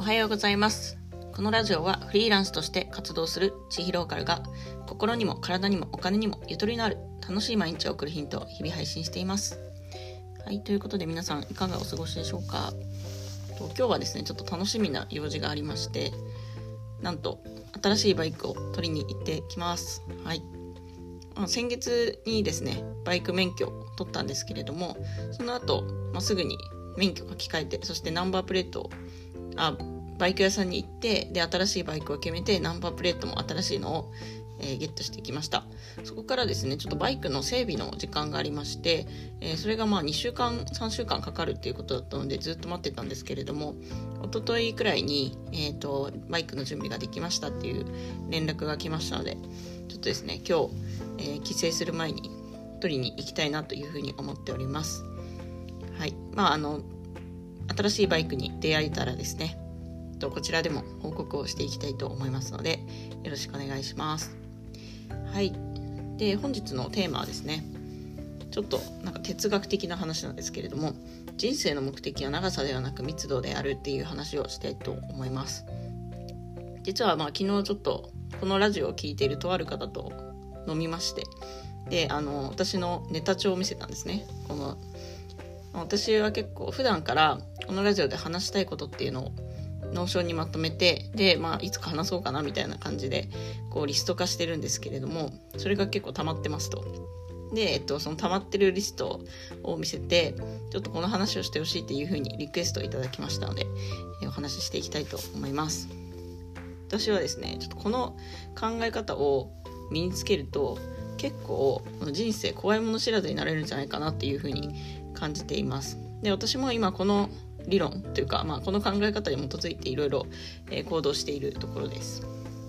おはようございます。このラジオはフリーランスとして活動する地域ローカルが心にも体にもお金にもゆとりのある楽しい毎日を送るヒントを日々配信しています。はい、ということで皆さんいかがお過ごしでしょうか。今日はですねちょっと楽しみな用事がありまして、なんと新しいバイクを取りに行ってきます。はい。先月にですねバイク免許を取ったんですけれども、その後、すぐに免許書き換えて、そしてナンバープレートをバイク屋さんに行って、で新しいバイクを決めてナンバープレートも新しいのを、ゲットしてきました。そこからですねちょっとバイクの整備の時間がありまして、それが2週間3週間かかるっていうことだったのでずっと待ってたんですけれども、一昨日くらいに、バイクの準備ができましたっていう連絡が来ましたので、ちょっとですね今日、帰省する前に取りに行きたいなというふうに思っております。はい。新しいバイクに出会えたらですねこちらでも報告をしていきたいと思いますのでよろしくお願いします。はい。で本日のテーマはですねちょっと哲学的な話なんですけれども、人生の目的は長さではなく密度であるっていう話をしたいと思います。実は昨日ちょっとこのラジオを聞いているとある方と飲みまして、で私のネタ帳を見せたんですね。私は結構普段からこのラジオで話したいことっていうのをノーションにまとめて、でいつか話そうかなみたいな感じでリスト化してるんですけれども、それが結構溜まってますと。で、その溜まってるリストを見せて、ちょっとこの話をしてほしいっていう風にリクエストをいただきましたので、お話ししていきたいと思います。私はですねちょっとこの考え方を身につけると結構人生怖いもの知らずになれるんじゃないかなっていう風に感じています。で、私も今この理論というか、この考え方に基づいていろいろ行動しているところです。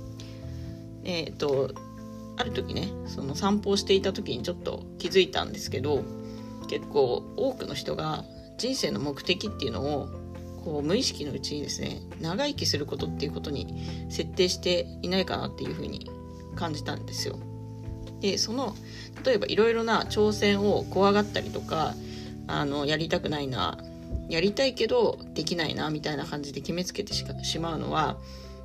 ある時ねその散歩をしていた時にちょっと気づいたんですけど、結構多くの人が人生の目的っていうのを無意識のうちにですね長生きすることっていうことに設定していないかなっていうふうに感じたんですよ。で例えばいろいろな挑戦を怖がったりとか、やりたくないな、やりたいけどできないなみたいな感じで決めつけてしまうのは、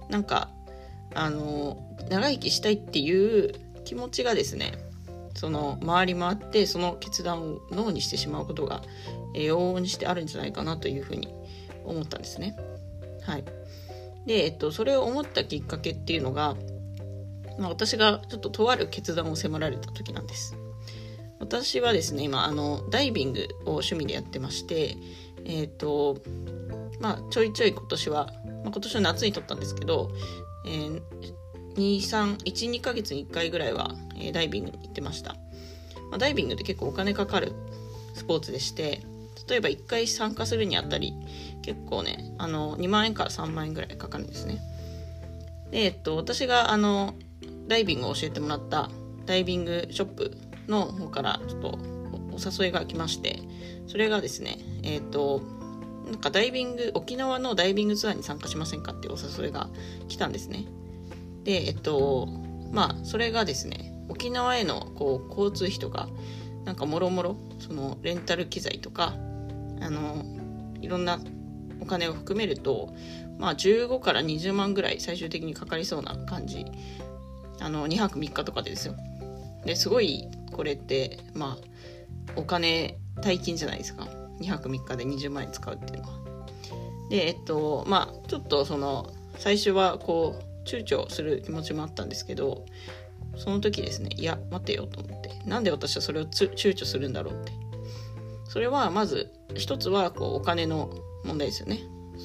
長生きしたいっていう気持ちがですね回り回ってその決断を脳にしてしまうことが往々にしてあるんじゃないかなというふうに思ったんですね。はい。で、それを思ったきっかけっていうのが、私がちょっととある決断を迫られた時なんです。私はですね今ダイビングを趣味でやってまして、ちょいちょい今年は夏に撮ったんですけど、1,2 ヶ月に1回ぐらいは、ダイビングに行ってました。ダイビングって結構お金かかるスポーツでして、例えば1回参加するにあたり結構ね2万円から3万円ぐらいかかるんですね。で、私がダイビングを教えてもらったダイビングショップの方からちょっとお誘いが来まして、それがですねダイビング沖縄のダイビングツアーに参加しませんかっていうお誘いが来たんですね。でそれがですね沖縄への交通費とかもろもろそのレンタル機材とかいろんなお金を含めると15から20万ぐらい最終的にかかりそうな感じ。2泊3日とかでですよ。ですごいこれってお金大金じゃないですか。2泊3日で20万円使うっていうのは。でちょっと最初は躊躇する気持ちもあったんですけど、その時ですねいや待てよと思って、なんで私はそれを躊躇するんだろうって。それはまず一つはお金の問題ですよね。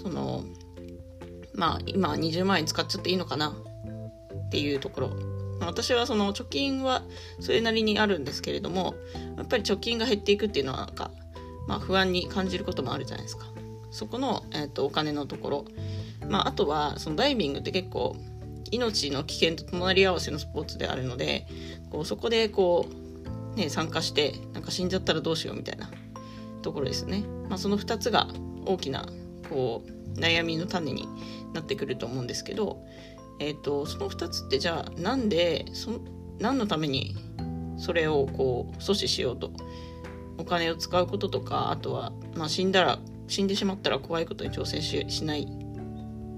今20万円使っちゃっていいのかなっていうところ。私は貯金はそれなりにあるんですけれども、やっぱり貯金が減っていくっていうのは不安に感じることもあるじゃないですか。そこの、お金のところ、あとはそのダイビングって結構命の危険と隣り合わせのスポーツであるので、そこで参加して死んじゃったらどうしようみたいなところですね。その2つが大きな悩みの種になってくると思うんですけど、その2つってじゃあ何のためにそれを阻止しようとお金を使うこととか、あとは死んでしまったら怖いことに挑戦しないっ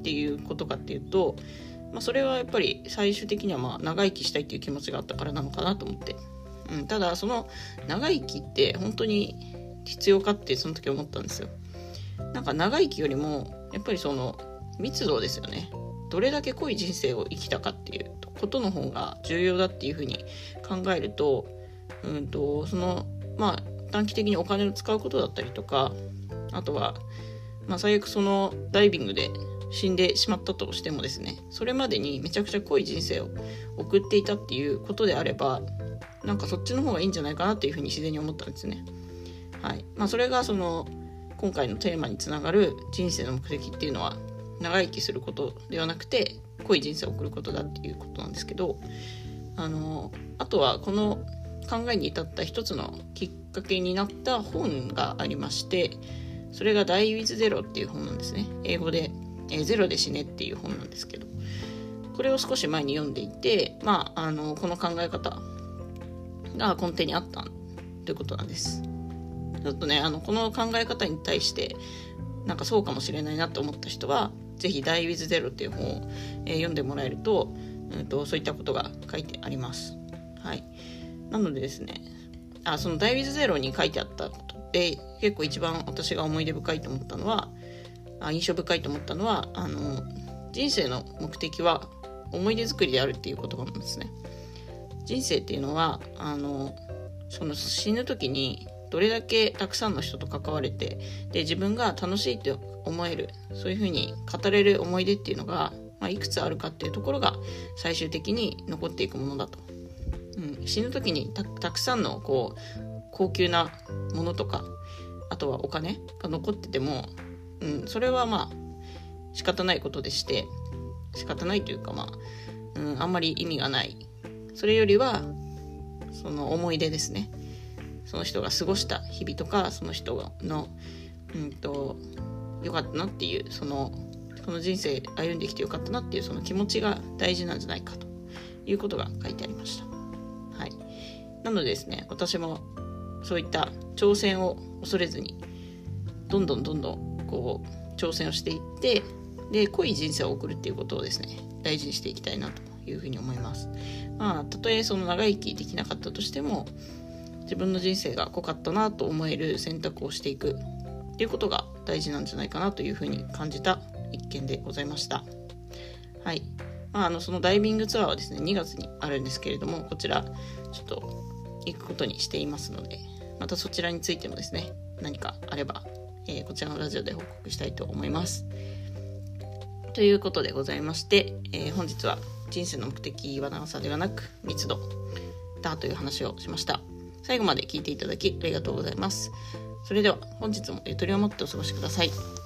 っていうことかっていうと、それはやっぱり最終的には長生きしたいっていう気持ちがあったからなのかなと思って、ただその長生きって本当に必要かってその時思ったんですよ。なんか長生きよりもやっぱりその密度ですよね。どれだけ濃い人生を生きたかっていうことの方が重要だっていうふうに考えると、その短期的にお金を使うことだったりとか、あとは最悪そのダイビングで死んでしまったとしてもですね、それまでにめちゃくちゃ濃い人生を送っていたっていうことであれば、なんかそっちの方がいいんじゃないかなっていうふうに自然に思ったんですね。はい。それがその今回のテーマにつながる人生の目的っていうのは、長生きすることではなくて濃い人生を送ることだっていうことなんですけど、あとはこの考えに至った一つのきっかけになった本がありまして、それが Die with Zero っていう本なんですね。英語でゼロで死ねっていう本なんですけど、これを少し前に読んでいて、この考え方が根底にあったということなんです。ちょっとね、この考え方に対してなんかそうかもしれないなと思った人は、ぜひ Die with Zero っていう本を、読んでもらえると、そういったことが書いてあります。はい。なのでですね、その Die with Zero に書いてあったことで結構一番私が思い出深いと思ったのは、印象深いと思ったのは、人生の目的は思い出作りであるっていう言葉なんですね。人生っていうのはその死ぬ時にどれだけたくさんの人と関われて、で自分が楽しいと思える、そういうふうに語れる思い出っていうのが、いくつあるかっていうところが最終的に残っていくものだと。死ぬ時に たくさんの高級なものとか、あとはお金が残ってても、それは仕方ないことでして、仕方ないというかあんまり意味がない。それよりはその思い出ですね。その人が過ごした日々とか、その人の良かったなっていう、その人生歩んできて良かったなっていうその気持ちが大事なんじゃないかということが書いてありました。はい。なのでですね、私もそういった挑戦を恐れずにどんどん挑戦をしていって、で濃い人生を送るっていうことをですね、大事にしていきたいなというふうに思います。たとえその長生きできなかったとしても、自分の人生が濃かったなと思える選択をしていくっていうことが大事なんじゃないかなというふうに感じた一件でございました。はい。そのダイビングツアーはですね、2月にあるんですけれども、こちらちょっと行くことにしていますので、またそちらについてもですね、何かあれば、こちらのラジオで報告したいと思います。ということでございまして、本日は人生の目的は長さではなく密度だという話をしました。最後まで聞いていただきありがとうございます。それでは本日もゆとりを持ってお過ごしください。